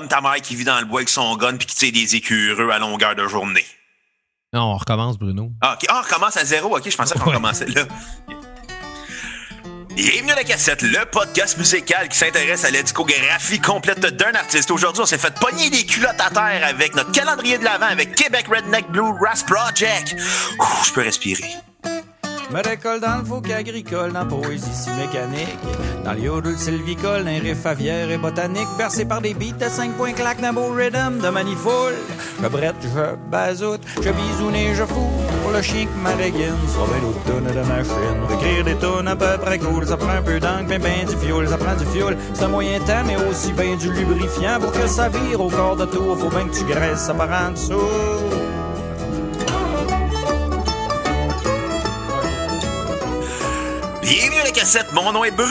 comme ta mère qui vit dans le bois avec son gun puis qui tire des écureux à longueur de journée. Non, on recommence, Bruno. Ah, OK. Ah, on recommence à zéro. OK, je pensais qu'on commençait là. Bienvenue à La Cassette, le podcast musical qui s'intéresse à la discographie complète d'un artiste. Aujourd'hui, on s'est fait pogner les culottes à terre avec notre calendrier de l'Avent avec Québec Redneck Bluegrass Project. Je peux respirer. Me récolle dans le fouque agricole, dans poésie si mécanique, dans le yodel sylvicole, dans les riffs aviaires et botaniques, bercé par des beats de 5 points claques, d'un beau rhythm de manifold. Je brette, je bazoute, je bisoune et je fous pour le chien que m'arrégine. Sauver l'autre tonne de machine, écrire des tonnes à peu près cool. Ça prend un peu d'encre, mais ben du fioul, ça prend du fioul. C'est un moyen temps, mais aussi ben du lubrifiant. Pour que ça vire au corps de tour, faut bien que tu graisses ça par en dessous. Bienvenue à La Cassette, mon nom est Bruno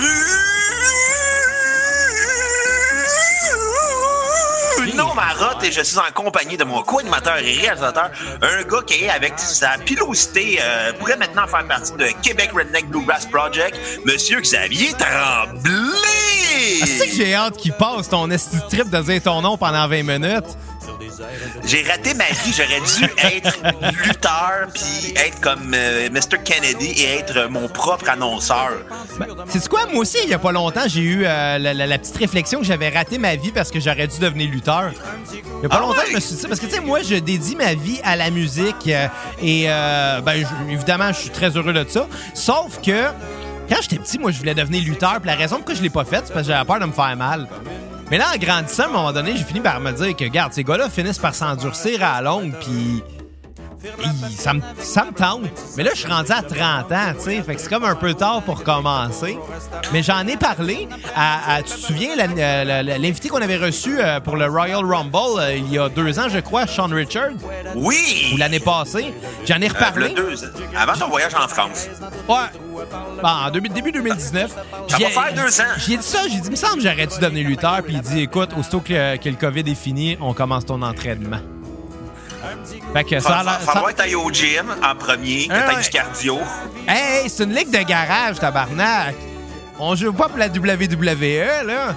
Marotte et je suis en compagnie de mon co-animateur et réalisateur, un gars qui, avec sa pilosité, pourrait maintenant faire partie de Québec Redneck Bluegrass Project, Monsieur Xavier Tremblay! C'est que j'ai hâte qu'il passe ton esti trip de dire ton nom pendant 20 minutes. J'ai raté ma vie, j'aurais dû être lutteur puis être comme Mr. Kennedy et être mon propre annonceur. C'est quoi, moi aussi, il y a pas longtemps, j'ai eu la petite réflexion que j'avais raté ma vie parce que j'aurais dû devenir lutteur. Il y a pas longtemps, je me suis dit, parce que tu sais, moi, je dédie ma vie à la musique et évidemment, je suis très heureux de ça. Sauf que quand j'étais petit, moi, je voulais devenir lutteur. Puis la raison pourquoi je l'ai pas fait, c'est parce que j'avais peur de me faire mal. Mais là, en grandissant, à un moment donné, j'ai fini par me dire que, regarde, ces gars-là finissent par s'endurcir à la longue, puis ça me tente. Mais là, je suis rendu à 30 ans, tu sais, fait que c'est comme un peu tard pour commencer. Mais j'en ai parlé tu te souviens, l'invité qu'on avait reçu pour le Royal Rumble il y a 2 ans, je crois, Sean Richards? Oui! Ou l'année passée. J'en ai reparlé. 2 ans. Avant ton voyage en France. Ouais. Bon, en début 2019. Ça va faire 2 ans. J'ai dit ça, il me semble que j'aurais dû devenir lutteur, puis il dit, écoute, aussitôt que le COVID est fini, on commence ton entraînement. Fait que ça va être aller au gym en premier, que t'ailles du cardio. Hey, c'est une ligue de garage, tabarnak. On joue pas pour la WWE, là.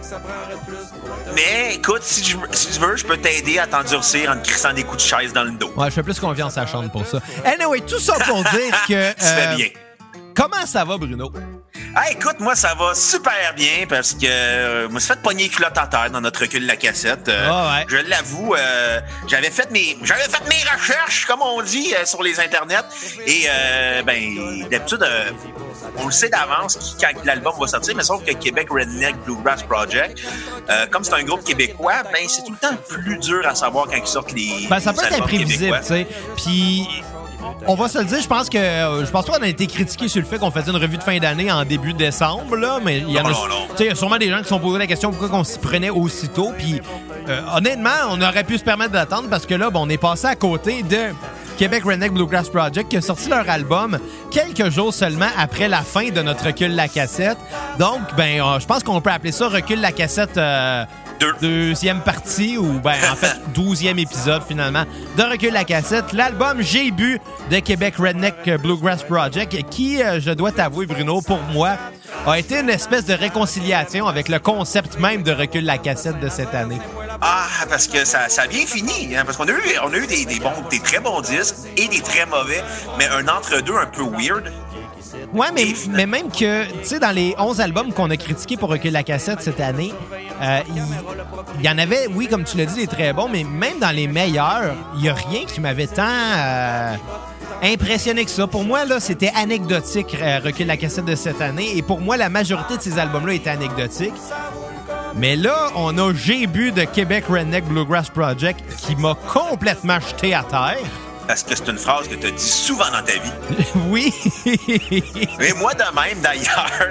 Mais écoute, si tu veux, je peux t'aider à t'endurcir en te crissant des coups de chaise dans le dos. Ouais, je fais plus confiance à Sean pour ça. Anyway, tout ça pour dire que... Tu fais bien. Comment ça va, Bruno? Ah, écoute, moi, ça va super bien parce que je me suis fait pogner les culottes à terre dans notre recul La Cassette. Ouais. Je l'avoue, j'avais fait mes recherches, comme on dit, sur les internets. Et, d'habitude, on le sait d'avance quand l'album va sortir, mais sauf que Québec Redneck Bluegrass Project, comme c'est un groupe québécois, ben c'est tout le temps plus dur à savoir quand ils sortent les ça peut être imprévisible, tu sais. Puis... On va se le dire, je pense pas qu'on a été critiqué sur le fait qu'on faisait une revue de fin d'année en début décembre, là, mais il y a sûrement des gens qui se sont posé la question pourquoi on s'y prenait aussitôt, puis honnêtement, on aurait pu se permettre d'attendre parce que là, on est passé à côté de Québec Redneck Bluegrass Project qui a sorti leur album quelques jours seulement après la fin de notre Recul La Cassette. Donc, je pense qu'on peut appeler ça Recul La Cassette... deuxième partie, ou en fait 12e épisode finalement de Recul La Cassette, l'album J'ai bu de Québec Redneck Bluegrass Project qui, je dois t'avouer Bruno, pour moi a été une espèce de réconciliation avec le concept même de Recul La Cassette de cette année. Ah, parce que ça a bien fini, hein, parce qu'on a eu des très bons disques et des très mauvais, mais un entre-deux un peu weird. Ouais, mais même que, tu sais, dans les 11 albums qu'on a critiqués pour Recul La Cassette cette année, il y en avait, oui, comme tu l'as dit, des très bons, mais même dans les meilleurs, il n'y a rien qui m'avait tant impressionné que ça. Pour moi, là, c'était anecdotique, Recul La Cassette de cette année, et pour moi, la majorité de ces albums-là étaient anecdotiques. Mais là, on a J'ai bu de Québec Redneck Bluegrass Project qui m'a complètement jeté à terre. Parce que c'est une phrase que tu as dit souvent dans ta vie. Oui. Mais moi de même, d'ailleurs.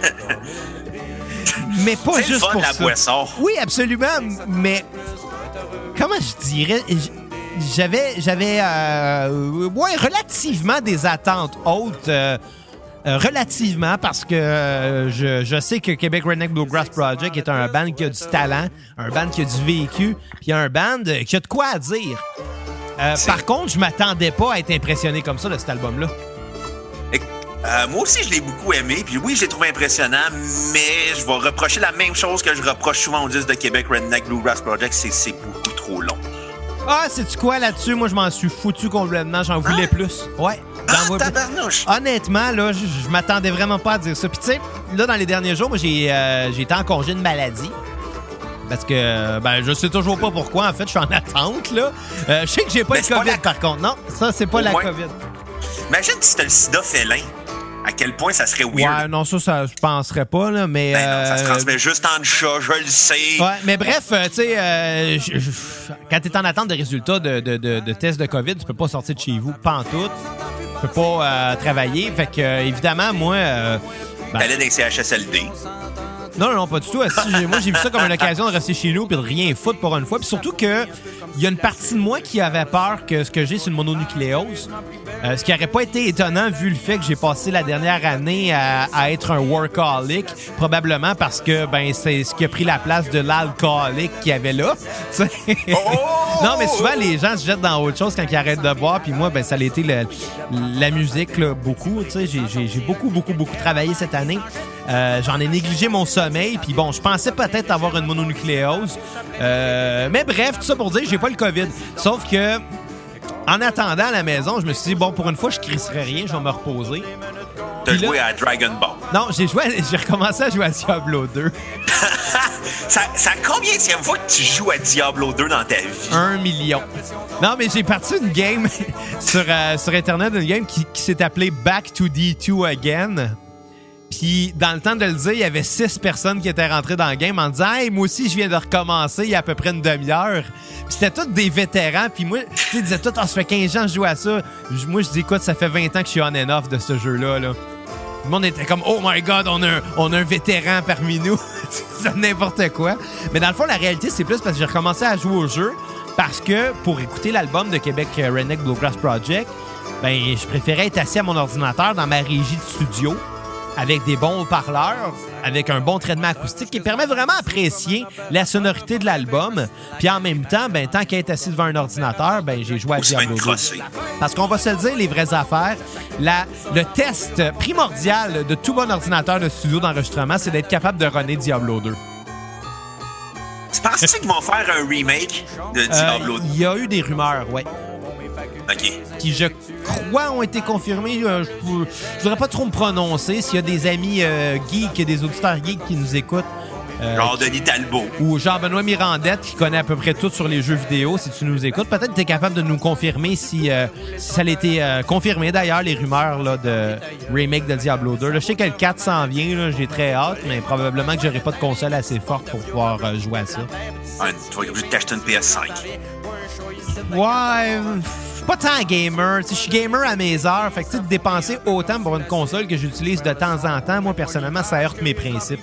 Mais pas c'est juste le fun, pour la ça. boisson. Oui, absolument. Mais comment je dirais... J'avais relativement des attentes hautes. Relativement, parce que je sais que Québec Redneck Bluegrass Project est un band qui a du talent, un band qui a du vécu, puis un band qui a de quoi à dire. Par contre, je m'attendais pas à être impressionné comme ça de cet album-là. Moi aussi, je l'ai beaucoup aimé. Puis oui, je l'ai trouvé impressionnant, mais je vais reprocher la même chose que je reproche souvent aux disques de Québec Redneck Bluegrass Project, c'est beaucoup trop long. Ah, sais-tu quoi là-dessus? Moi, je m'en suis foutu complètement. J'en voulais plus. Ouais. Tabarnouche! Honnêtement, là, je m'attendais vraiment pas à dire ça. Puis tu sais, là, dans les derniers jours, moi, j'ai été en congé de maladie. Parce que, je sais toujours pas pourquoi. En fait, je suis en attente, là. Je sais que j'ai pas le COVID, par contre. Non, ça, c'est pas la COVID. Imagine si t'as le sida félin. À quel point ça serait weird. Ouais, non, ça, je penserais pas, là, mais... non, ça se transmet juste en chat, je le sais. Ouais, mais bref, tu sais, quand t'es en attente de résultats de tests de COVID, tu peux pas sortir de chez vous, pas en tout. Tu peux pas travailler. Fait que, évidemment, moi... T'allais dans les CHSLD. Non, pas du tout. Moi, j'ai vu ça comme une occasion de rester chez nous et de rien foutre pour une fois. Puis surtout que il y a une partie de moi qui avait peur que ce que j'ai, c'est une mononucléose. Ce qui n'aurait pas été étonnant vu le fait que j'ai passé la dernière année à être un workaholic, probablement parce que c'est ce qui a pris la place de l'alcoolique qu'il y avait là. Non, mais souvent, les gens se jettent dans autre chose quand ils arrêtent de boire. Puis moi, ça a été la musique, là, beaucoup. J'ai beaucoup travaillé cette année. J'en ai négligé mon sommeil. Puis bon, je pensais peut-être avoir une mononucléose. Mais bref, tout ça pour dire, j'ai pas le COVID. Sauf que, en attendant à la maison, je me suis dit, bon, pour une fois, je crisserai rien, je vais me reposer. T'as joué à Dragon Ball. Non, j'ai recommencé à jouer à Diablo 2. ça combien de fois que tu joues à Diablo 2 dans ta vie? 1 million. Non, mais j'ai parti une game sur Internet, une game qui s'est appelée Back to D2 Again. Puis, dans le temps de le dire, il y avait 6 personnes qui étaient rentrées dans le game en disant « Hey, moi aussi, je viens de recommencer il y a à peu près une demi-heure. » Puis c'était tous des vétérans. Puis moi, tu sais, ils disaient « Toi, ça fait 15 ans que je joue à ça. » Moi, je dis « Écoute, ça fait 20 ans que je suis on and off de ce jeu-là. » Là. Le monde était comme « Oh my God, on a un vétéran parmi nous. » C'est n'importe quoi. Mais dans le fond, la réalité, c'est plus parce que j'ai recommencé à jouer au jeu. Parce que pour écouter l'album de Québec Redneck Bluegrass Project, je préférais être assis à mon ordinateur dans ma régie de studio, avec des bons haut-parleurs, avec un bon traitement acoustique qui permet vraiment d'apprécier la sonorité de l'album. Puis en même temps, tant qu'à être assis devant un ordinateur, j'ai joué à Diablo 2. Parce qu'on va se le dire, les vraies affaires, le test primordial de tout bon ordinateur de studio d'enregistrement, c'est d'être capable de runner Diablo 2. Tu penses-tu qu'ils vont faire un remake de Diablo 2? Il y a eu des rumeurs, ouais. OK. Qui, je crois, ont été confirmés. Je voudrais pas trop me prononcer. S'il y a des amis geeks, des auditeurs geeks qui nous écoutent. Genre Denis Talbot. Ou Jean-Benoît Mirandette, qui connaît à peu près tout sur les jeux vidéo, si tu nous écoutes. Peut-être que tu es capable de nous confirmer si ça a été confirmé, d'ailleurs, les rumeurs là, de remake de Diablo 2. Là, je sais que le 4 s'en vient, là, j'ai très hâte, mais probablement que j'aurai pas de console assez forte pour pouvoir jouer à ça. Tu vas être obligé de t'acheter une PS5. Ouais... pas tant gamer. Je suis gamer à mes heures. Fait que de dépenser autant pour une console que j'utilise de temps en temps, moi, personnellement, ça heurte mes principes.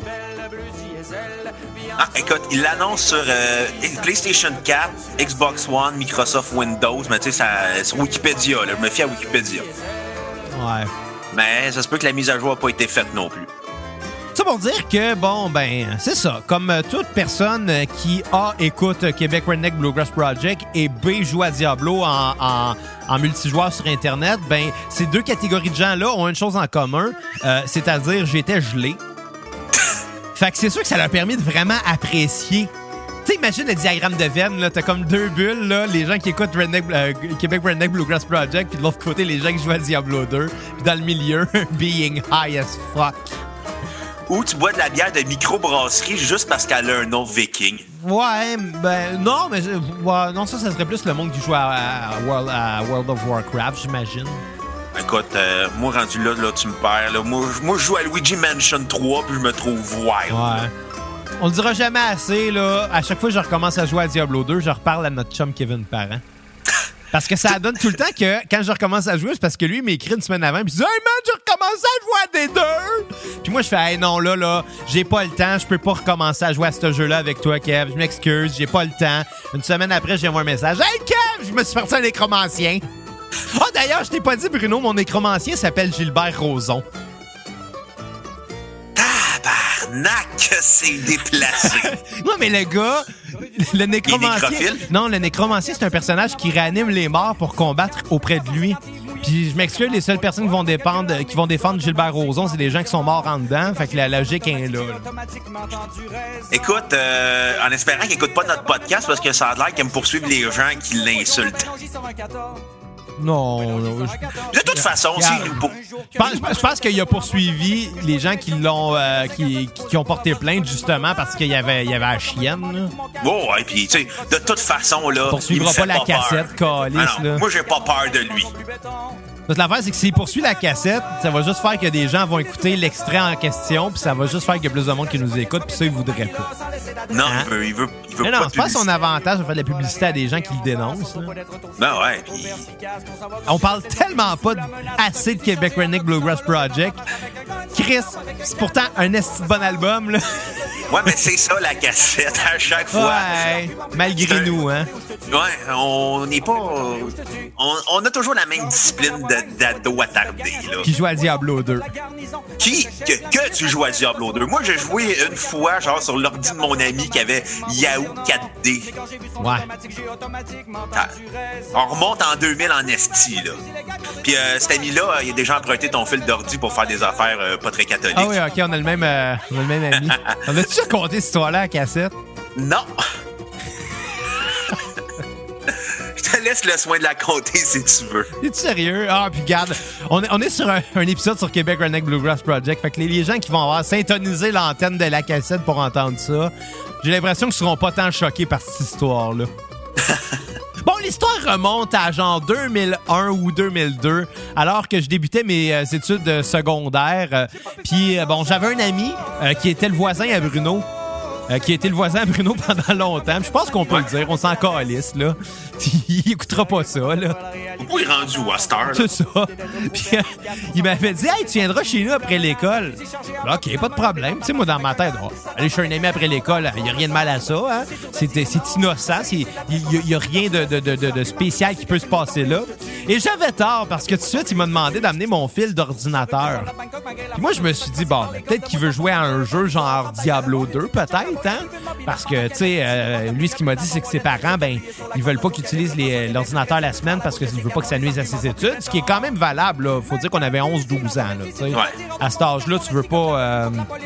Ah, écoute, il l'annonce sur PlayStation 4, Xbox One, Microsoft Windows, mais tu sais, sur Wikipédia, là, je me fie à Wikipédia. Ouais. Mais ça se peut que la mise à jour n'a pas été faite non plus. Ça pour dire que, c'est ça. Comme toute personne qui A, écoute Québec Redneck Bluegrass Project et B, joue à Diablo en multijoueur sur Internet, ces deux catégories de gens-là ont une chose en commun, c'est-à-dire j'étais gelé. Fait que c'est sûr que ça leur a permis de vraiment apprécier. Tu sais, imagine le diagramme de Venn, là, t'as comme deux bulles, là, les gens qui écoutent Québec Redneck Bluegrass Project, puis de l'autre côté, les gens qui jouent à Diablo 2, puis dans le milieu, being high as fuck. Ou tu bois de la bière de microbrasserie juste parce qu'elle a un nom viking. Ouais, non, mais non, ça serait plus le monde qui joue à World of Warcraft, j'imagine. Écoute, moi, rendu là, tu me perds. Là. Moi, je joue à Luigi Mansion 3 puis je me trouve wild. Ouais. On le dira jamais assez, là. À chaque fois que je recommence à jouer à Diablo 2, je reparle à notre chum Kevin Parent. Parce que ça donne tout le temps que quand je recommence à jouer, c'est parce que lui, il m'écrit une semaine avant, puis il dit « Hey man, j'ai recommencé à jouer à des deux! » Puis moi, je fais « Hey non, là, j'ai pas le temps, je peux pas recommencer à jouer à ce jeu-là avec toi, Kev. Je m'excuse, j'ai pas le temps. » Une semaine après, j'ai envoyé un message « Hey Kev, je me suis parti un nécromancien. » Ah, d'ailleurs, je t'ai pas dit, Bruno, mon nécromancien s'appelle Gilbert Rozon. Tabarnak, c'est déplacé. Non, mais le gars, le nécromancien... Non, le nécromancien, c'est un personnage qui réanime les morts pour combattre auprès de lui. Puis je m'excuse, les seules personnes qui vont défendre Gilbert Rozon, c'est des gens qui sont morts en dedans. Fait que la logique est là. Écoute, en espérant qu'il écoute pas notre podcast, parce que ça a l'air qu'il me poursuivent les gens qui l'insultent. Non. De toute façon, je pense qu'il a poursuivi les gens qui l'ont qui ont porté plainte justement parce qu'il y avait la chienne. Oh, ouais, puis tu sais, de toute façon là, il poursuivra pas la cassette, calice là. Moi, j'ai pas peur de lui. L'affaire, c'est que s'il poursuit la cassette, ça va juste faire que des gens vont écouter l'extrait en question, puis ça va juste faire qu'il y a plus de monde qui nous écoute, puis ça, il voudrait pas. Non, il veut mais pas. Non, c'est pas son avantage de faire de la publicité à des gens qui le dénoncent. Là. Ben ouais, puis... On parle tellement pas assez de Québec Redneck Bluegrass Project. Chris, c'est pourtant un esti de bon album, là. Ouais, mais c'est ça, la cassette, à chaque fois. Ouais, malgré nous, hein. Ouais, on n'est pas... On a toujours la même discipline d'ado attardé, là. Qui joue à Diablo 2. Que tu joues à Diablo 2? Moi, j'ai joué une fois, genre, sur l'ordi de mon ami qui avait Yahoo 4D. Ouais. On remonte en 2000 en esti, là. Puis cet ami-là, il a déjà emprunté ton fil d'ordi pour faire des affaires pas très catholiques. Ah oui, OK, on a le même ami. On a-tu déjà compté cette histoire-là à cassette? Non. Je te laisse le soin de la compter si tu veux. Es-tu sérieux? Ah, puis regarde, on est sur un épisode sur Québec Redneck Bluegrass Project. Fait que les gens qui vont avoir syntonisé l'antenne de la cassette pour entendre ça, j'ai l'impression qu'ils seront pas tant choqués par cette histoire-là. Bon, l'histoire remonte à genre 2001 ou 2002, alors que je débutais mes études secondaires. Puis, bon, j'avais un ami qui était le voisin à Bruno. Qui a été le voisin à Bruno pendant longtemps. Je pense qu'on peut le dire. On s'en calisse, là. Il écoutera pas ça, là. Pourquoi il est rendu où à cette heure? C'est ça. Puis il m'avait dit « Hey, tu viendras chez nous après l'école. » OK, pas de problème. Tu sais, moi, dans ma tête, aller chez un ami après l'école, il n'y a rien de mal à ça. Hein? C'est innocent. Il n'y a rien de spécial qui peut se passer là. Et j'avais tort parce que tout de suite, il m'a demandé d'amener mon fil d'ordinateur. Puis moi, je me suis dit, bon, peut-être qu'il veut jouer à un jeu genre Diablo 2, peut-être, hein? Parce que, tu sais, lui, ce qu'il m'a dit, c'est que ses parents, ben, ils veulent pas qu'il utilise l'ordinateur la semaine parce qu'il veut pas que ça nuise à ses études, ce qui est quand même valable, là. Faut dire qu'on avait 11-12 ans, là, tu sais. Ouais. À cet âge-là, tu veux pas...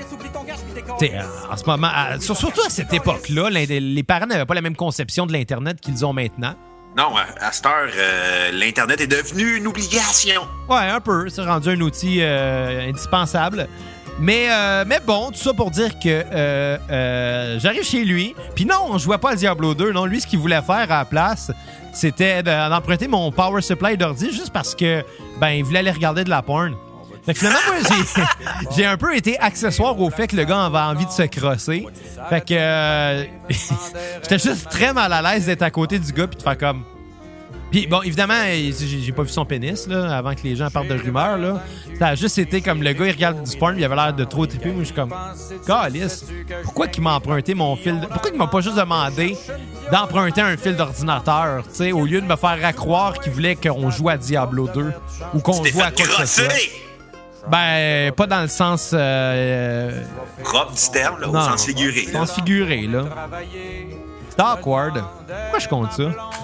en ce moment, surtout à cette époque-là, les parents n'avaient pas la même conception de l'Internet qu'ils ont maintenant. Non, à cette heure, l'Internet est devenu une obligation. Ouais, un peu. C'est rendu un outil indispensable. Mais bon, tout ça pour dire que j'arrive chez lui. Puis non, on jouait pas à Diablo 2. Non, lui, ce qu'il voulait faire à la place, c'était d'emprunter mon power supply d'ordi juste parce que, ben, il voulait aller regarder de la porn. Fait que finalement, moi, j'ai un peu été accessoire au fait que le gars avait envie de se crosser. Fait que j'étais juste très mal à l'aise d'être à côté du gars puis de faire comme... Puis bon, évidemment, j'ai pas vu son pénis là, avant que les gens parlent de rumeurs. Là. Ça a juste été comme le gars, il regarde du porn, il avait l'air de trop triper. Moi, je suis comme, calice, pourquoi qu'il m'a emprunté mon fil... Pourquoi qu'il m'a pas juste demandé d'emprunter un fil d'ordinateur, tu sais, au lieu de me faire croire qu'il voulait qu'on joue à Diablo 2 ou qu'on joue à quoi que ce soit. Ben, pas dans le sens... propre du terme, là, au sens figuré. Au sens figuré, là. C'est awkward. Pourquoi je compte ça?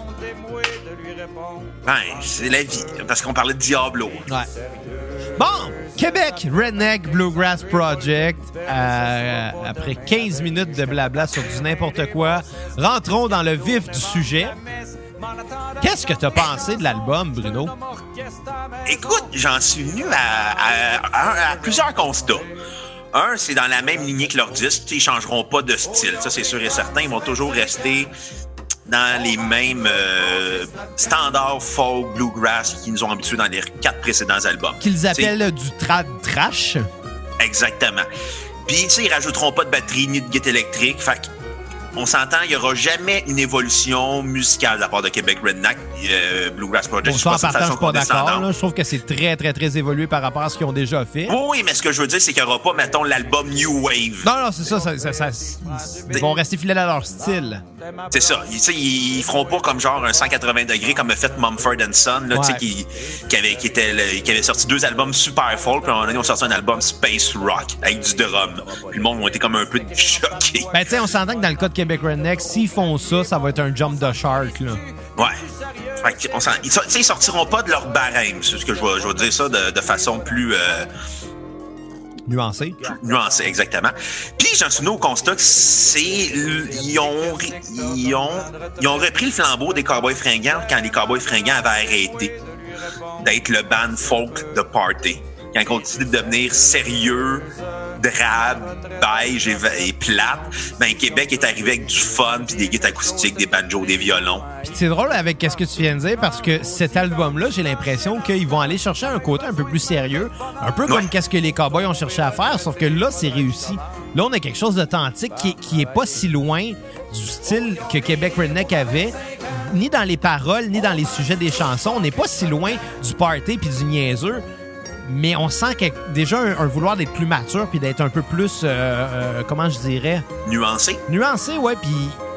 Ben, c'est la vie, parce qu'on parlait de Diablo. Ouais. Bon, Québec Redneck Bluegrass Project, après 15 minutes de blabla sur du n'importe quoi, rentrons dans le vif du sujet. Qu'est-ce que t'as pensé de l'album, Bruno? Écoute, j'en suis venu à plusieurs constats. Un, c'est dans la même lignée que leur disque. Ils changeront pas de style, ça c'est sûr et certain. Ils vont toujours rester dans les mêmes standards folk bluegrass qui nous ont habitués dans les 4 précédents albums. Qu'ils appellent du trad trash. Exactement. Puis, tu sais, ils rajouteront pas de batterie ni de guitare électrique. Fait on s'entend, il n'y aura jamais une évolution musicale de la part de Québec Redneck Bluegrass Project. Bon, ça, en partant, je suis pas d'accord. Là. Je trouve que c'est très, très, très évolué par rapport à ce qu'ils ont déjà fait. Oui, mais ce que je veux dire, c'est qu'il n'y aura pas, mettons, l'album New Wave. Non, c'est ça. Ils vont rester fidèles à leur style. C'est ça. Ils feront pas comme genre un 180 degrés comme a fait Mumford & Son, là, ouais. qui avait sorti 2 albums super folk, puis à un moment donné, ils ont sorti un album Space Rock avec du drum. Puis le monde a été comme un peu choqué. Ben, tu sais, on s'entend que dans le cas de Québec Redneck, s'ils font ça, ça va être un jump the shark, là. Ouais. Ils sortiront pas de leur barème, c'est ce que je vais dire ça de façon plus... Nuancé, exactement. Puis j'en suis venu au constat que ils ont repris le flambeau des Cowboys Fringants quand les Cowboys Fringants avaient arrêté d'être le band folk de party. Quand ils ont décidé de devenir sérieux, drabe, beige et plate, ben Québec est arrivé avec du fun, puis des guitares acoustiques, des banjos, des violons. Puis c'est drôle avec ce que tu viens de dire, parce que cet album-là, j'ai l'impression qu'ils vont aller chercher un côté un peu plus sérieux, un peu comme qu'est-ce que les Cowboys ont cherché à faire, sauf que là, c'est réussi. Là, on a quelque chose d'authentique qui est pas si loin du style que Québec Redneck avait, ni dans les paroles, ni dans les sujets des chansons. On n'est pas si loin du party puis du niaiseux. Mais on sent qu'il y a déjà un vouloir d'être plus mature puis d'être un peu plus, comment je dirais? Nuancé. Nuancé, ouais, puis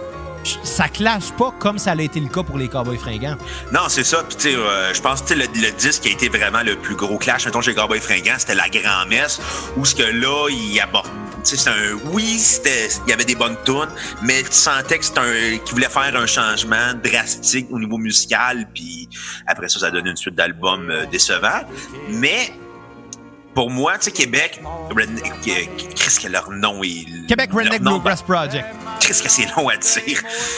ça clash pas comme ça a été le cas pour les Cowboys Fringants. Non, c'est ça. Puis, tu sais, je pense que le disque qui a été vraiment le plus gros clash, mettons, chez les Cowboys Fringants, c'était La Grand-Messe, où ce que là, il aborde. Tu sais, il y avait des bonnes tunes, mais tu sentais que qu'il voulait faire un changement drastique au niveau musical, puis après ça donnait une suite d'albums décevants. Mais pour moi, tu sais, Québec, qu'est-ce que leur nom est... Québec Redneck Bluegrass Project. Qu'est-ce que c'est long à dire?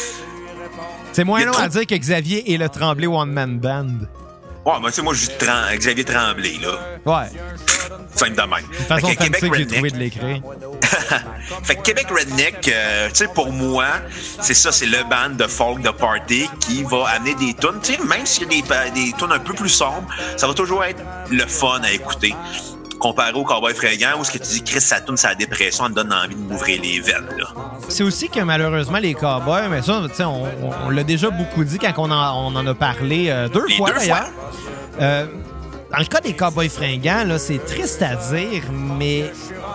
C'est moins long à dire que Xavier et le Tremblay One Man Band. Ouais, moi, tu sais, moi, je dis Xavier Tremblay, là. Ouais. Simple de même. De toute façon, fancy que j'ai trouvé de l'écrire. Fait que Québec Redneck, tu sais, pour moi, c'est ça, c'est le band de folk de party qui va amener des tunes. Tu sais, même s'il y a des tunes un peu plus sombres, ça va toujours être le fun à écouter. Comparé au Cowboy Fringant, où ce que tu dis, Chris, ça tourne sa dépression, ça te donne envie de m'ouvrir les veines, là. C'est aussi que malheureusement, les Cowboys, mais ça, tu sais, on l'a déjà beaucoup dit quand on en a parlé deux fois d'ailleurs. Dans le cas des Cowboys Fringants, là, c'est triste à dire, mais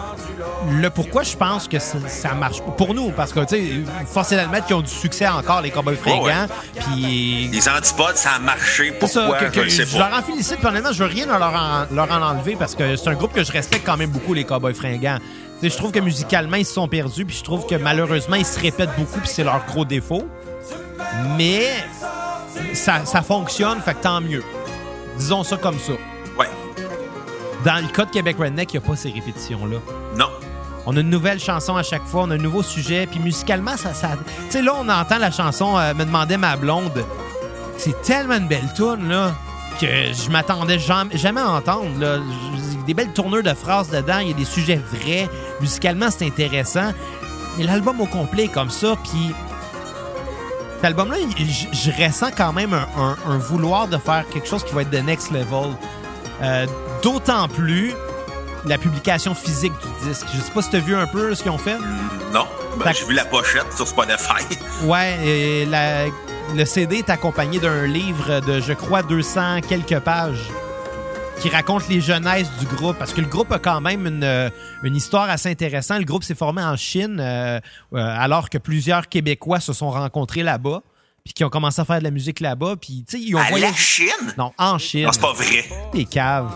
le pourquoi je pense que ça marche pour nous, parce que, tu sais, force est d'admettre qu'ils ont du succès encore, les Cowboys Fringants. Puis les antipodes, ça a marché. Pourquoi? Je leur en félicite, puis honnêtement, je veux rien leur en enlever, parce que c'est un groupe que je respecte quand même beaucoup, les Cowboys Fringants. Tu sais, je trouve que musicalement, ils se sont perdus, puis je trouve que malheureusement, ils se répètent beaucoup, puis c'est leur gros défaut. Mais ça fonctionne, fait que tant mieux. Disons ça comme ça. Ouais. Dans le cas de Québec Redneck, il n'y a pas ces répétitions-là. Non. On a une nouvelle chanson à chaque fois, on a un nouveau sujet, puis musicalement, ça... Tu sais, là, on entend la chanson « Me demandait ma blonde ». C'est tellement une belle toune, là, que je m'attendais jamais à entendre, là. Des belles tournures de phrases dedans, il y a des sujets vrais. Musicalement, c'est intéressant. Mais l'album au complet est comme ça, puis... Cet album-là, je ressens quand même un vouloir de faire quelque chose qui va être de next level. D'autant plus la publication physique du disque. Je sais pas si tu as vu un peu ce qu'ils ont fait. Non. J'ai vu la pochette sur Spotify. Ouais, et le CD est accompagné d'un livre de, je crois, 200 quelques pages qui raconte les jeunesses du groupe. Parce que le groupe a quand même une histoire assez intéressante. Le groupe s'est formé en Chine alors que plusieurs Québécois se sont rencontrés là-bas puis qui ont commencé à faire de la musique là-bas. Puis, tu sais, ils ont la Chine? Non, en Chine. Non, c'est pas vrai. Les caves.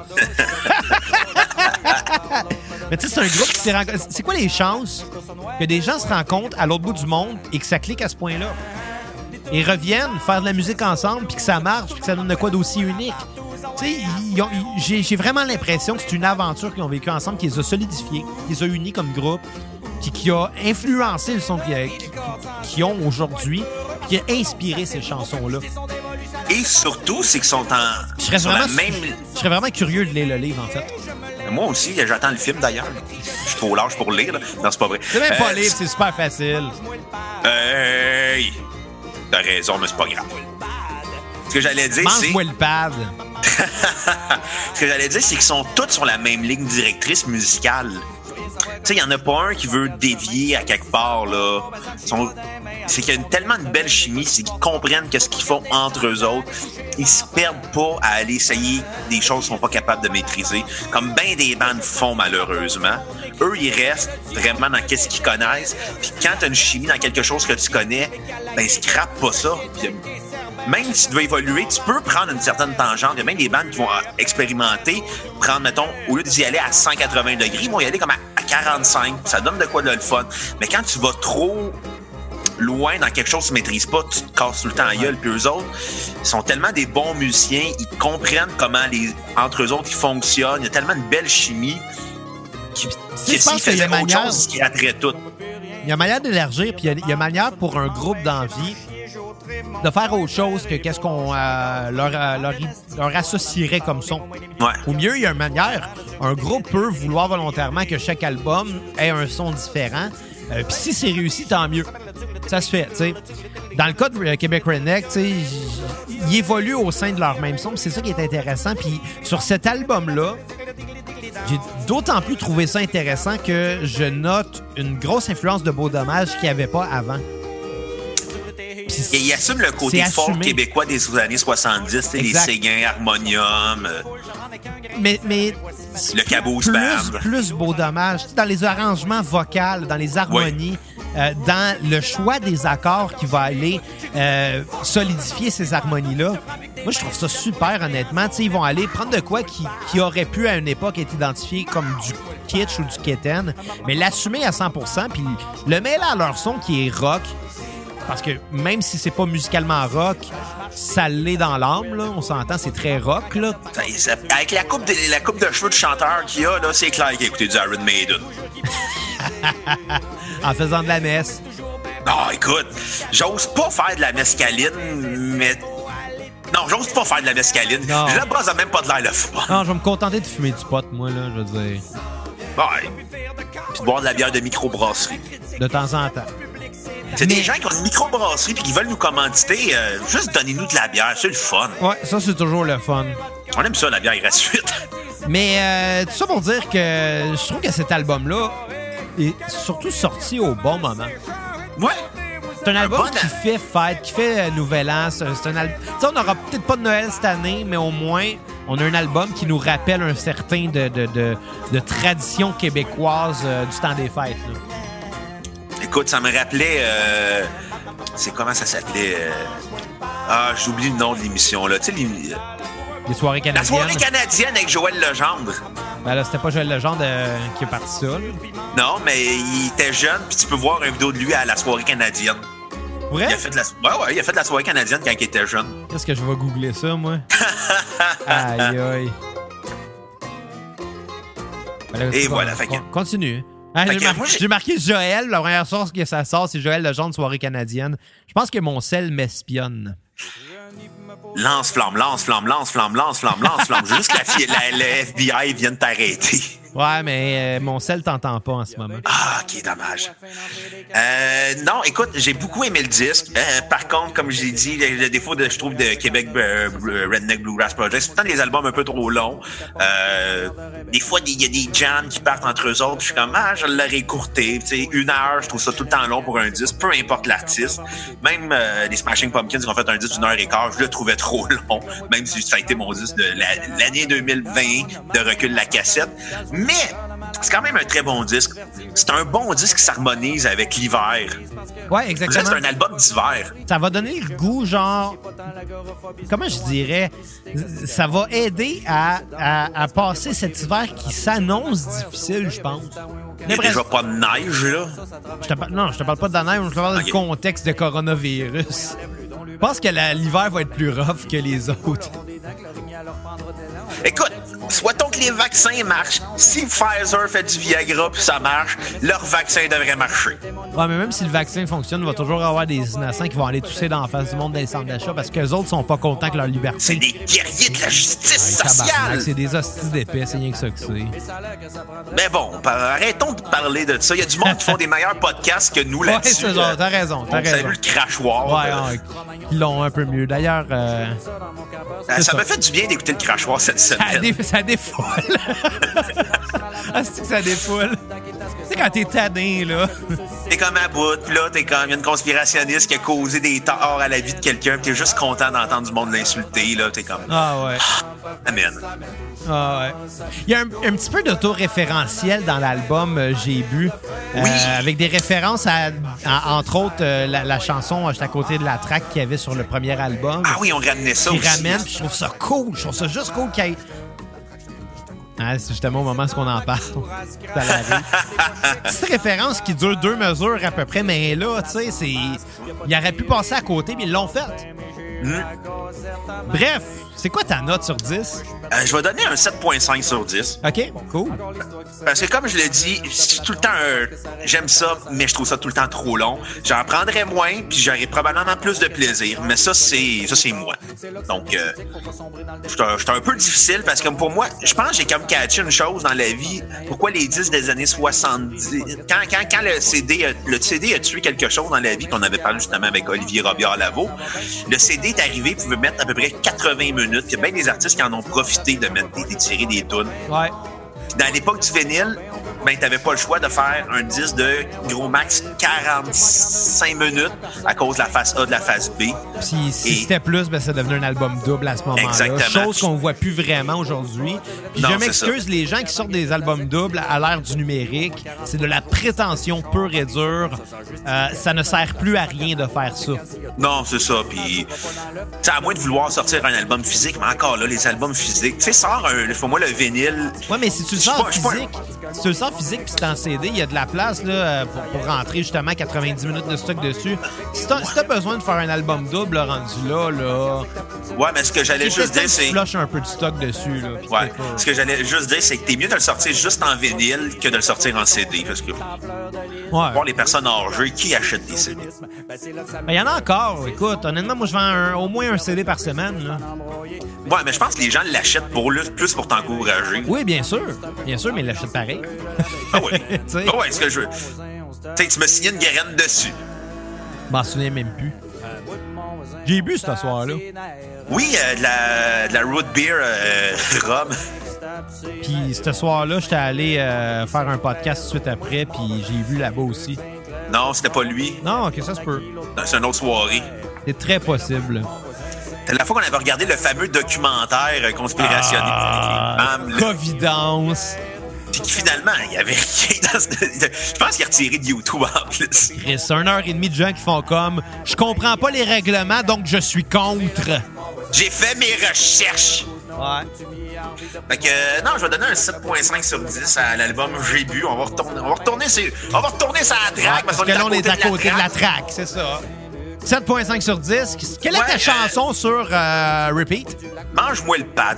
Mais tu sais, c'est un groupe qui s'est rencontré. C'est quoi les chances que des gens se rencontrent à l'autre bout du monde et que ça clique à ce point-là? Et reviennent faire de la musique ensemble puis que ça marche puis que ça donne de quoi d'aussi unique? Tu sais, j'ai vraiment l'impression que c'est une aventure qu'ils ont vécue ensemble, qui les a solidifiés, qui les a unis comme groupe, puis qui a influencé le son qu'ils ont aujourd'hui, puis qui a inspiré ces chansons-là. Et surtout, c'est qu'ils sont en... Je serais vraiment curieux de lire le livre, en fait. Moi aussi, j'attends le film, d'ailleurs. Je suis trop large pour lire, là. Non, c'est pas vrai. C'est même pas lire, c'est super facile. Hey! T'as raison, mais c'est pas grave. Ce que j'allais dire, c'est... Mange-moi le pad. Ce que j'allais dire, c'est qu'ils sont tous sur la même ligne directrice musicale. Tu sais, il n'y en a pas un qui veut dévier à quelque part, là. C'est qu'il y a tellement de belle chimie, c'est qu'ils comprennent ce qu'ils font entre eux autres. Ils se perdent pas à aller essayer des choses qu'ils sont pas capables de maîtriser, comme bien des bandes font malheureusement. Eux, ils restent vraiment dans qu'est-ce qu'ils connaissent. Puis quand tu as une chimie dans quelque chose que tu connais, ben scrape pas ça. Puis, même si tu dois évoluer, tu peux prendre une certaine tangente. Il y a même des bandes qui vont expérimenter, prendre, mettons, au lieu d'y aller à 180 degrés, ils vont y aller comme à 45. Ça donne de quoi de le fun. Mais quand tu vas trop loin dans quelque chose que tu maîtrises pas, tu te casses tout le temps la gueule. Puis eux autres, ils sont tellement des bons musiciens, ils comprennent comment entre eux autres ils fonctionnent. Il y a tellement de belle chimie que s'ils faisaient autre chose, ils rateraient tout. Il y a manière d'élargir, puis il y a manière pour un groupe d'envie de faire autre chose que qu'est-ce qu'on leur associerait comme son. Ouais. Au mieux, il y a une manière. Un groupe peut vouloir volontairement que chaque album ait un son différent. Puis si c'est réussi, tant mieux. Ça se fait, tu sais. Dans le cas de Québec Redneck, tu sais, ils évoluent au sein de leur même son. C'est ça qui est intéressant. Puis sur cet album-là, j'ai d'autant plus trouvé ça intéressant que je note une grosse influence de Beau Dommage qu'il n'y avait pas avant. Et il assume le côté folk québécois des années 70, les Séguins, Harmonium, mais le Caboose Band. Plus Beau Dommage. Dans les arrangements vocaux, dans les harmonies, dans le choix des accords qui va aller solidifier ces harmonies-là. Moi, je trouve ça super, honnêtement. T'sais, ils vont aller prendre de quoi qui aurait pu, à une époque, être identifié comme du kitsch ou du kitten, mais l'assumer à 100%, puis le mêler à leur son qui est rock. Parce que même si c'est pas musicalement rock, ça l'est dans l'âme, là. On s'entend, c'est très rock, là. Avec la coupe de cheveux du chanteur qu'il y a, là, c'est clair qu'il a écouté du Iron Maiden. En faisant de la messe. Non, écoute, j'ose pas faire de la mescaline, mais... Non, j'ose pas faire de la mescaline. Non. Je la brasse même pas de l'air le fun. Non, je vais me contenter de fumer du pot, moi, là, je veux dire. Ouais. Puis de boire de la bière de microbrasserie. De temps en temps. C'est des gens qui ont une microbrasserie puis qui veulent nous commanditer. Juste donnez-nous de la bière, c'est le fun. Ouais, ça, c'est toujours le fun. On aime ça, la bière gratuite. Mais tout ça pour dire que je trouve que cet album-là est surtout sorti au bon moment. Ouais. C'est un album qui fait fête, qui fait Nouvel An. C'est un album. Tu sais, on n'aura peut-être pas de Noël cette année, mais au moins, on a un album qui nous rappelle un certain de tradition québécoise du temps des fêtes, là. Écoute, ça me rappelait... c'est comment ça s'appelait? J'oublie le nom de l'émission, là. Tu sais, les soirées canadiennes. La soirée canadienne avec Joël Legendre. Ben là, c'était pas Joël Legendre qui est parti ça, là. Non, mais il était jeune, puis tu peux voir une vidéo de lui à la soirée canadienne. Vrai? Il a fait il a fait la soirée canadienne quand il était jeune. Qu'est-ce que je vais googler ça, moi? Aïe, aïe. Ben là, et voilà, fait que... Continue. J'ai marqué Joël. La première source que ça sort, c'est Joël Legendre, soirée canadienne. Je pense que mon sel m'espionne. Lance-flamme. Juste que le FBI vienne t'arrêter. Ouais, mais mon sel t'entend pas en ce moment. Ah, ok, dommage. Non, écoute, j'ai beaucoup aimé le disque. Par contre, comme j'ai dit, le défaut, je trouve, de Québec Redneck Bluegrass Project, c'est tout le temps des albums un peu trop longs. Des fois, il y a des jams qui partent entre eux autres. Je suis comme, je l'aurais écourté. Tu sais, 1 heure, je trouve ça tout le temps long pour un disque, peu importe l'artiste. Même les Smashing Pumpkins qui ont fait un disque d'1 heure et quart, je le trouvais trop long, même si ça a été mon disque de l'année 2020 de Recul la cassette. Mais c'est quand même un très bon disque. C'est un bon disque qui s'harmonise avec l'hiver. Ouais, exactement. C'est un album d'hiver. Ça va donner le goût, genre... Comment je dirais? Ça va aider à passer cet hiver qui s'annonce difficile, je pense. Il n'y a déjà pas de neige, là? Je te parle pas de la neige, je te parle du contexte de coronavirus. Je pense que l'hiver va être plus rough que les autres. Écoute, souhaitons que les vaccins marchent. Si Pfizer fait du Viagra puis ça marche, leur vaccin devrait marcher. Ouais, mais même si le vaccin fonctionne, il va toujours avoir des innocents qui vont aller tousser dans la face du monde dans les centres d'achat parce qu'eux autres sont pas contents que leur liberté... C'est des guerriers de la justice sociale! C'est des hosties d'épais, c'est rien que ça que c'est. Mais bon, arrêtons de parler de ça. Il y a du monde qui font des meilleurs podcasts que nous là-dessus. Ouais, c'est genre, t'as raison. Vous avez vu le crachoir. Ouais, ils l'ont un peu mieux. D'ailleurs... ça m'a fait du bien d'écouter le crachoir cette semaine. Ça défoule. C'est que ça défoule. Tu sais, quand t'es tanné, là. T'es comme à bout, pis là, t'es comme une conspirationniste qui a causé des torts à la vie de quelqu'un, pis t'es juste content d'entendre du monde l'insulter, là. T'es comme... Ah ouais. Amen. Ah ouais. Il y a un petit peu d'autoréférentiel dans l'album J'ai bu. Oui. Avec des références à entre autres, la chanson J'étais à côté de la track qu'il y avait sur le premier album. Ah oui, on ramenait ça aussi. Ramène, puis je trouve ça cool. Je trouve ça juste cool qu'il y ait... Ah, c'est justement au moment où on en parle. Petite référence qui dure 2 mesures à peu près, mais là, tu sais, il aurait pu passer à côté, mais ils l'ont fait. Bref, c'est quoi ta note sur 10? Je vais donner un 7.5 sur 10. OK, cool. Parce que comme je l'ai dit, c'est tout le temps j'aime ça, mais je trouve ça tout le temps trop long. J'en prendrais moins, puis j'aurais probablement plus de plaisir. Mais ça, c'est moi. Donc, c'est un peu difficile parce que pour moi, je pense que j'ai comme catché une chose dans la vie. Pourquoi les 10 des années 70... Quand le CD a tué quelque chose dans la vie, qu'on avait parlé justement avec Olivier Robillard-Lavaux, le CD est arrivé, il pouvait mettre à peu près 80 minutes. Il y a bien des artistes qui en ont profité de mettre d'étirer des tunes. Ouais. Dans l'époque du vinyle, ben, t'avais pas le choix de faire un disque de gros max 45 minutes à cause de la face A de la face B. Puis si c'était plus, ben, ça devenait un album double à ce moment-là. Exactement. Chose qu'on voit plus vraiment aujourd'hui. Puis Non, je m'excuse, les gens qui sortent des albums doubles à l'ère du numérique, c'est de la prétention pure et dure. Ça ne sert plus à rien de faire ça. Non, c'est ça. Puis, à moins de vouloir sortir un album physique, mais encore là, les albums physiques, tu sais, sort pour moi le vinyle. Ouais, mais si tu le sors physique, si tu le sors physique puis c'est en CD, il y a de la place là, pour rentrer justement 90 minutes de stock dessus. Si t'as besoin de faire un album double rendu là. Ouais, mais ce que j'allais juste dire, c'est. Tu flushes un peu de stock dessus, là. Ouais. Ce que j'allais juste dire, c'est que t'es mieux de le sortir juste en vinyle que de le sortir en CD. Parce que. Voir les personnes âgées, qui achètent des CD? Il y en a encore. Écoute, honnêtement, moi, je vends au moins un CD par semaine, là. Ouais, mais je pense que les gens l'achètent plus pour t'encourager. Oui, bien sûr. Bien sûr, mais ils l'achètent pareil. Ah oui. Ah ouais, ce que je veux. T'sais, tu me signais une graine dessus. Je m'en souviens même plus. J'ai bu ce soir-là. Oui, de la root beer rhum. Puis ce soir-là, j'étais allé faire un podcast tout de suite après, puis j'ai vu là-bas aussi. Non, c'était pas lui. Non, ok, ça se peut. C'est une autre soirée. C'est très possible. C'était la fois qu'on avait regardé le fameux documentaire conspirationniste. Covidence. Puis finalement, il y avait rien dans je pense qu'il a retiré de YouTube en plus. Chris, 1h30 de gens qui font comme « Je comprends pas les règlements, donc je suis contre. » J'ai fait mes recherches. Ouais. Fait que, non, je vais donner un 7.5 sur 10 à l'album J'ai bu. On va retourner sur la track. Parce que là, on est à côté de la track, c'est ça. 7.5 sur 10. Quelle est ta chanson sur Repeat? Mange-moi le pad.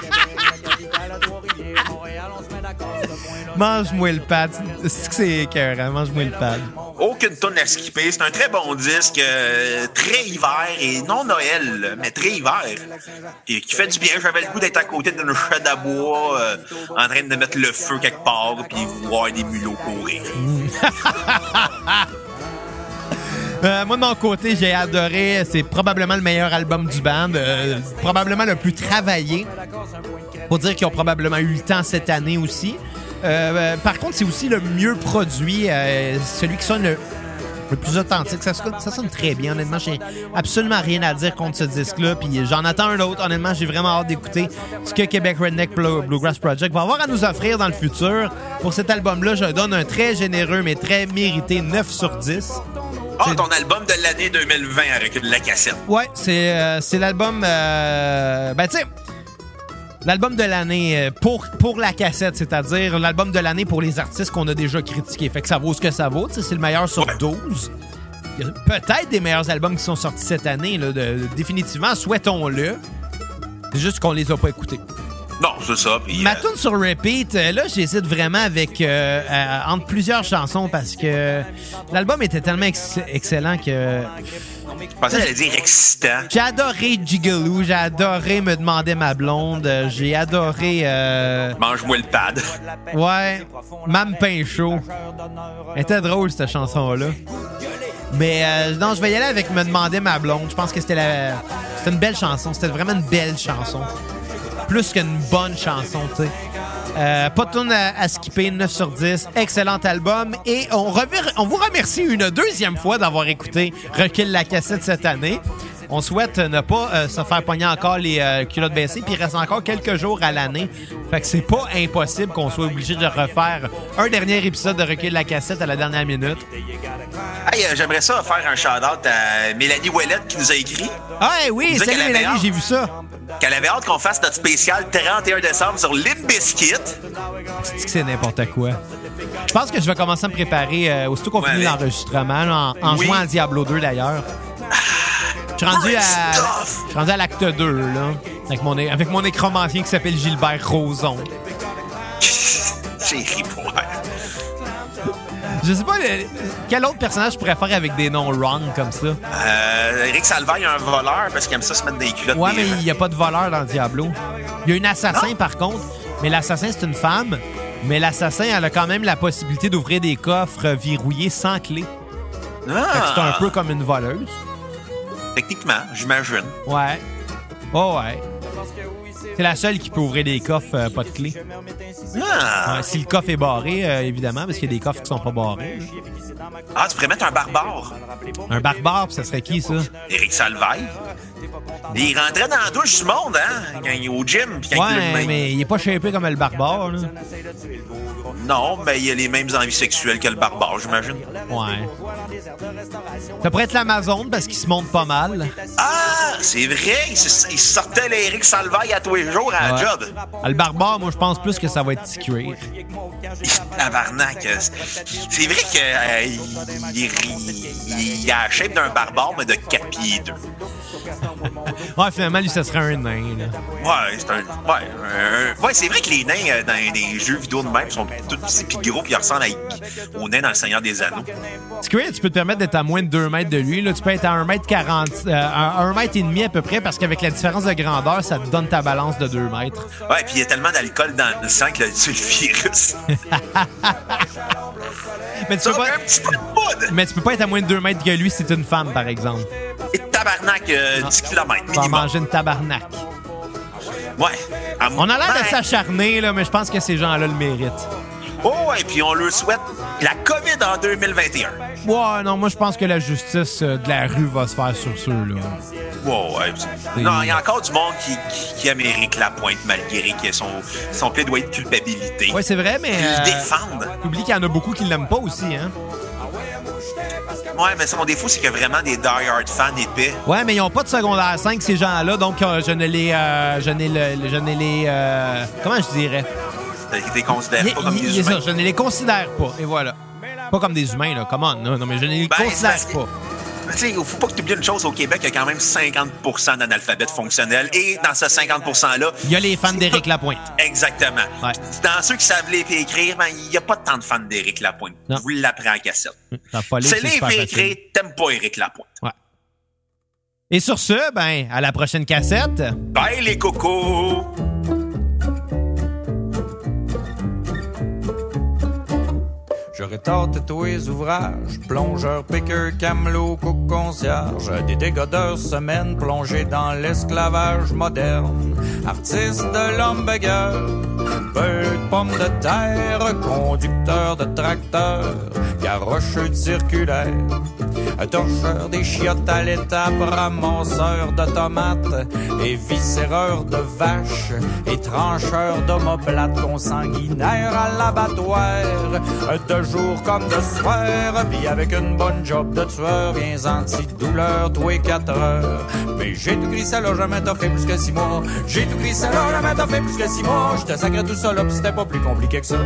Mange-moi le pad. C'est que c'est écœurant. Mange-moi le pad. Aucune tonne à skipper. C'est un très bon disque, très hiver et non Noël, mais très hiver. Et qui fait du bien. J'avais le goût d'être à côté d'une chède à bois, en train de mettre le feu quelque part, puis voir des mulots courir. Moi, de mon côté, j'ai adoré. C'est probablement le meilleur album du band. Probablement le plus travaillé. Faut dire qu'ils ont probablement eu le temps cette année aussi. Par contre, c'est aussi le mieux produit. Celui qui sonne le plus authentique. Ça sonne très bien, honnêtement. J'ai absolument rien à dire contre ce disque-là. Puis j'en attends un autre. Honnêtement, j'ai vraiment hâte d'écouter ce que Québec Redneck Bluegrass Project va avoir à nous offrir dans le futur. Pour cet album-là, je donne un très généreux mais très mérité 9 sur 10. Ah, ton album de l'année 2020 avec la cassette. Ouais, c'est l'album... ben, tu sais, l'album de l'année pour la cassette, c'est-à-dire l'album de l'année pour les artistes qu'on a déjà critiqués. Fait que ça vaut ce que ça vaut. C'est le meilleur sur 12. Il y a peut-être des meilleurs albums qui sont sortis cette année. Là, définitivement, souhaitons-le. C'est juste qu'on les a pas écoutés. Non, c'est ça. Puis, ma tune sur Repeat, là, j'hésite vraiment avec entre plusieurs chansons parce que l'album était tellement excellent que... Je pensais que j'allais dire excitant. J'ai adoré Jigaloo, j'ai adoré Me demander ma blonde, j'ai adoré... Mange-moi le pad. Ouais, Mam Pain Chaud. Elle était drôle, cette chanson-là. Mais non, je vais y aller avec Me demander ma blonde. Je pense que c'était une belle chanson. C'était vraiment une belle chanson. Plus qu'une bonne chanson, tu sais. Pas de tune à skipper, 9 sur 10. Excellent album. Et on vous remercie une deuxième fois d'avoir écouté Recule la cassette cette année. on souhaite ne pas se faire pogner encore les culottes baissées, puis il reste encore quelques jours à l'année. Fait que c'est pas impossible qu'on soit obligé de refaire un dernier épisode de Recul de la cassette à la dernière minute. Hey, j'aimerais ça faire un shout-out à Mélanie Ouellette qui nous a écrit. Ah oui, salut Mélanie, j'ai vu ça. Qu'elle avait hâte qu'on fasse notre spécial 31 décembre sur Limp Bizkit. C'est que c'est n'importe quoi. Je pense que je vais commencer à me préparer aussitôt qu'on finit l'enregistrement, en jouant à Diablo 2 d'ailleurs. Je suis rendu à l'acte 2, là, avec mon nécromancien qui s'appelle Gilbert Rozon. J'ai ri pour elle. Je sais pas, quel autre personnage je pourrais faire avec des noms wrong comme ça? Eric Salvaille a un voleur parce qu'il aime ça se mettre des culottes. Ouais, mais il n'y a pas de voleur dans Diablo. Il y a une assassin, par contre, mais l'assassin, c'est une femme. Mais l'assassin, elle a quand même la possibilité d'ouvrir des coffres verrouillés sans clé. Fait que c'est un peu comme une voleuse. Techniquement, j'imagine. Ouais. Oh, ouais. C'est la seule qui peut ouvrir des coffres pas de clé. Ouais, si le coffre est barré, évidemment, parce qu'il y a des coffres qui sont pas barrés. Ah, tu pourrais mettre un barbare. Un barbare, ça serait qui, ça? Éric Salvaille. Il rentrait dans la douche du monde, hein, quand il est au gym. Puis quand mais il est pas shapé comme le barbare, là. Non, mais il a les mêmes envies sexuelles que le barbare, j'imagine. Ouais. Ça pourrait être l'Amazon parce qu'il se monte pas mal. Ah, c'est vrai. Il sortait l'Éric Salvaille à tous les jours à la job. Le barbare, moi, je pense plus que ça va être petit cuir. Tabarnak. C'est vrai qu'il a la shape d'un barbare, mais de 4 pieds 2. Ouais, finalement, lui, ça serait un nain, là. Ouais, c'est ouais, c'est vrai que les nains dans les jeux vidéo de même sont tous petits pis gros pis ils ressemblent aux nains dans Le Seigneur des Anneaux. Square, tu peux te permettre d'être à moins de 2 mètres de lui. Là, tu peux être à 1m40, 1,5 m à peu près, parce qu'avec la différence de grandeur, ça te donne ta balance de 2 mètres. Ouais, puis il y a tellement d'alcool dans le sang que tu le virus. Mais tu peux pas être à moins de 2 mètres que lui si c'est une femme, par exemple. Et tabarnak, 10 km minimum. Tu vas manger une tabarnak. Ouais. On a l'air de s'acharner, là, mais je pense que ces gens-là le méritent. Oh, ouais, puis on leur souhaite la COVID en 2021. Ouais, non, moi, je pense que la justice de la rue va se faire sur ceux-là. Ouais. Non, il y a encore du monde qui aime Éric Lapointe, malgré son plaidoyer de culpabilité. Ouais, c'est vrai, mais... Ils le défendent. Oublie qu'il y en a beaucoup qui l'aiment pas aussi, hein. Ouais, mais son défaut, c'est qu'il y a vraiment des die-hard fans épais. Ouais, mais ils n'ont pas de secondaire 5, ces gens-là, donc je ne les... comment je dirais? Tu les considères pas comme des humains? Je ne les considère pas, et voilà. Pas comme des humains, là, comment? Non, mais je ne les considère pas. Tu sais, il faut pas que tu oublies une chose, au Québec, il y a quand même 50% d'analphabètes fonctionnels. Et dans ce 50%-là... Il y a les fans d'Éric Lapointe. Exactement. Ouais. Dans ceux qui savent lire et écrire, il n'y a pas tant de fans d'Éric Lapointe. Non. Vous l'apprends en cassette. C'est lire et écrire, t'aimes pas Éric Lapointe. Ouais. Et sur ce, à la prochaine cassette. Bye les cocos! J'aurais tenté tous les ouvrages, plongeur, piqueur, camelot, cook, concierge, des dégodeurs semaines plongés dans l'esclavage moderne, artiste de l'hamburger, peu de pommes de terre, conducteur de tracteur, garocheux circulaire, torcheur des chiottes à l'étape, ramasseur de tomates, et viscéreur de vaches, et trancheur d'omoplates, consanguinaire à l'abattoir, de jour comme de soir, pis avec une bonne job de tueur, viens anti-douleur, tous les 4 heures. Mais j'ai tout glissé là, jamais t'as fait plus que 6 mois. J'ai tout glissé là, jamais t'as fait plus que 6 mois. J'étais sacré tout ça là, pis c'était pas plus compliqué que ça.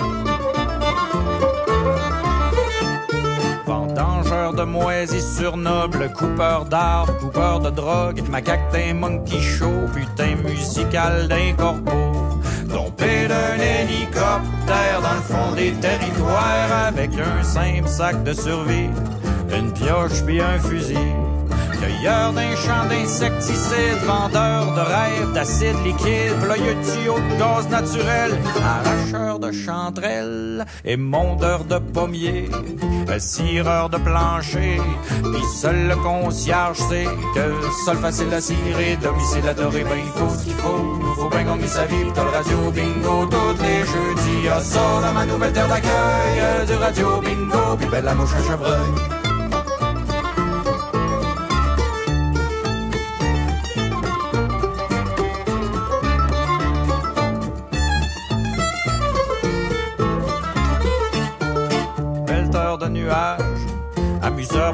Vendangeur de moisissures nobles, coupeur d'arbres, coupeur de drogue, macaque d'un monkey show, putain musical d'un corbeau. Tombé d'un hélicoptère dans le fond des territoires avec un simple sac de survie, une pioche puis un fusil. Cueilleur d'un champ d'insecticides, vendeur de rêves d'acide liquide, ployeux de tuyaux de gaz naturel, arracheur de chanterelles et mondeur de pommiers, cireur de plancher, pis seul le concierge sait que sol facile à cirer, domicile adoré, ben il faut ce qu'il faut bien gagner sa vie, t'as le radio bingo tous les jeudis, y'a ça dans ma nouvelle terre d'accueil, du radio bingo, pis belle la mouche à chevreuil.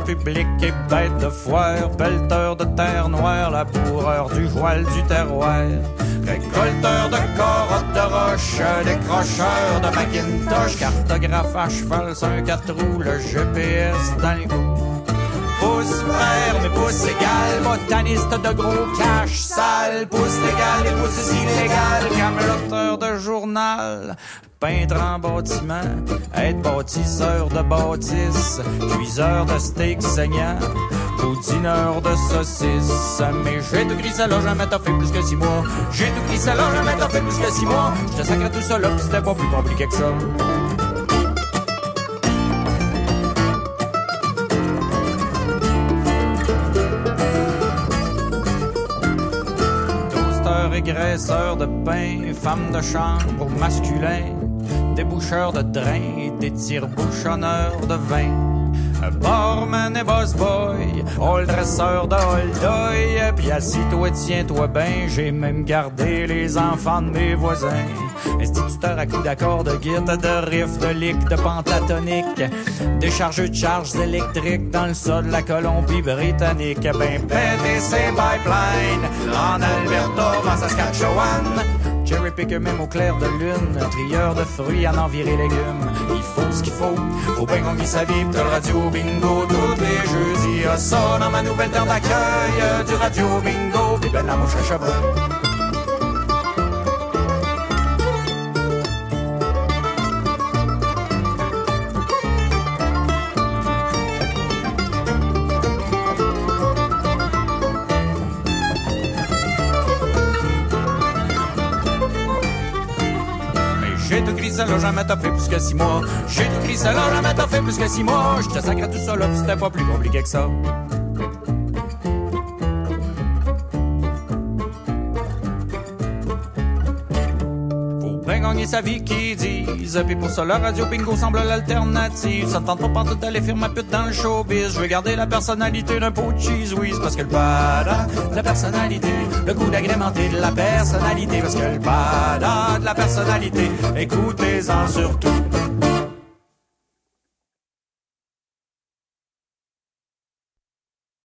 public et bête de foire, pelleteur de terre noire, laboureur du voile du terroir, récolteur de carottes de roche, décrocheur de Macintosh, cartographe à cheval sur un 4 roues, le GPS dans le goût. Pouce vert, mais pouce égal, botaniste de gros cash sale, pouce légal et pouce illégal, cameloteur de journal, peintre en bâtiment, être bâtisseur de bâtisse, cuiseur de steak saignant, poudineur de saucisses. Mais j'ai tout gris ça là, jamais t'as fait plus que 6 mois. J'ai tout gris ça là, jamais t'as fait plus que 6 mois. Je te sacre tout ça là, pis c'était pas plus compliqué que ça. Graisseur de pain, femme de chambre masculin, déboucheur de drain et des tire-bouchonneurs de vin. Barman et boss boy, all dresseur de hold-oy, puis assis-toi, tiens-toi ben, j'ai même gardé les enfants de mes voisins. Instituteur à coups d'accords, de guitare, de riff, de lick, de pentatonique, déchargeux de charges électriques dans le sol de la Colombie-Britannique. Ben péter ses pipelines en Alberta, en Saskatchewan. Cherry picker même au clair de lune, trieur de fruits en enviré légumes. Il faut ce qu'il faut bien qu'on vit sa vie, pis t'as le radio bingo tous les jeudis. Ah, ça dans ma nouvelle terre d'accueil, du radio bingo, pis ben la mouche à chevreuil. J'ai tout gris ça là, jamais t'as fait plus que 6 mois. J'ai tout gris ça là, jamais t'as fait plus que 6 mois. Je te sacre tout ça là, pis c'était pas plus compliqué que ça. Faut bien gagner sa vie qu'ils disent, pis pour ça la radio bingo semble l'alternative. Ça me tente pas partout d'aller faire ma pute dans le showbiz. Je veux garder la personnalité d'un pot de cheese whiz, parce que le bada de la personnalité, le goût d'agrémenter de la personnalité, parce que le bada de la personnalité, écoutez-en surtout.